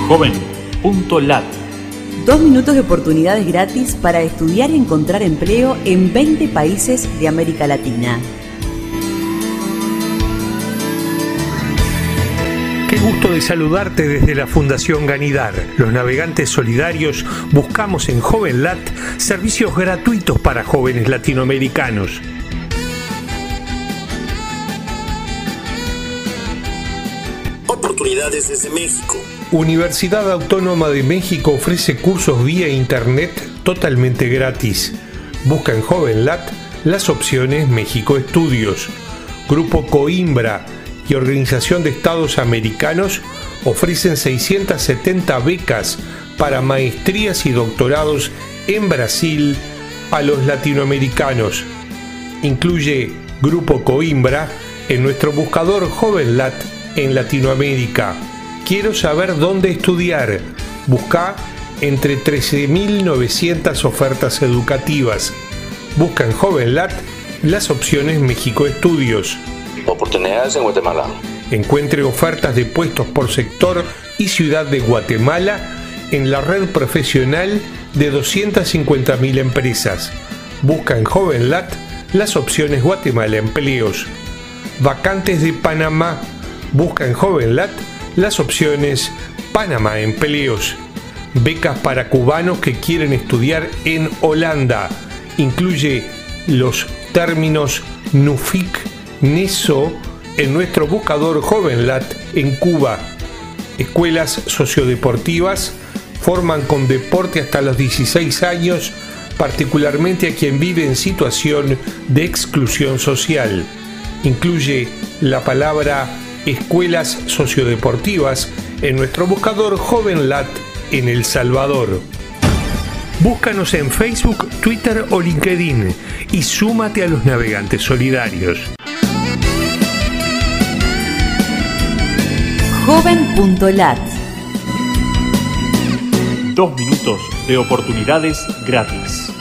Joven.lat. 2 minutos de oportunidades gratis para estudiar y encontrar empleo en 20 países de América Latina. Qué gusto de saludarte desde la Fundación Ganidar. Los navegantes solidarios buscamos en JovenLat servicios gratuitos para jóvenes latinoamericanos. Oportunidades desde México. Universidad Autónoma de México ofrece cursos vía internet totalmente gratis. Busca en JovenLat las opciones México Estudios. Grupo Coimbra y Organización de Estados Americanos ofrecen 670 becas para maestrías y doctorados en Brasil a los latinoamericanos. Incluye Grupo Coimbra en nuestro buscador JovenLat en Latinoamérica. Quiero saber dónde estudiar. Busca entre 13.900 ofertas educativas. Busca en JovenLat las opciones México Estudios. Oportunidades en Guatemala. Encuentre ofertas de puestos por sector y ciudad de Guatemala en la red profesional de 250.000 empresas. Busca en JovenLat las opciones Guatemala Empleos. Vacantes de Panamá. Busca en JovenLat las opciones Panamá Empleos. Becas para cubanos que quieren estudiar en Holanda. Incluye los términos NUFIC, NESO en nuestro buscador JovenLat en Cuba. Escuelas sociodeportivas forman con deporte hasta los 16 años, particularmente a quien vive en situación de exclusión social. Incluye la palabra escuelas sociodeportivas en nuestro buscador JovenLat en El Salvador. Búscanos en Facebook, Twitter o LinkedIn y súmate a los navegantes solidarios. Joven.lat. 2 minutos de oportunidades gratis.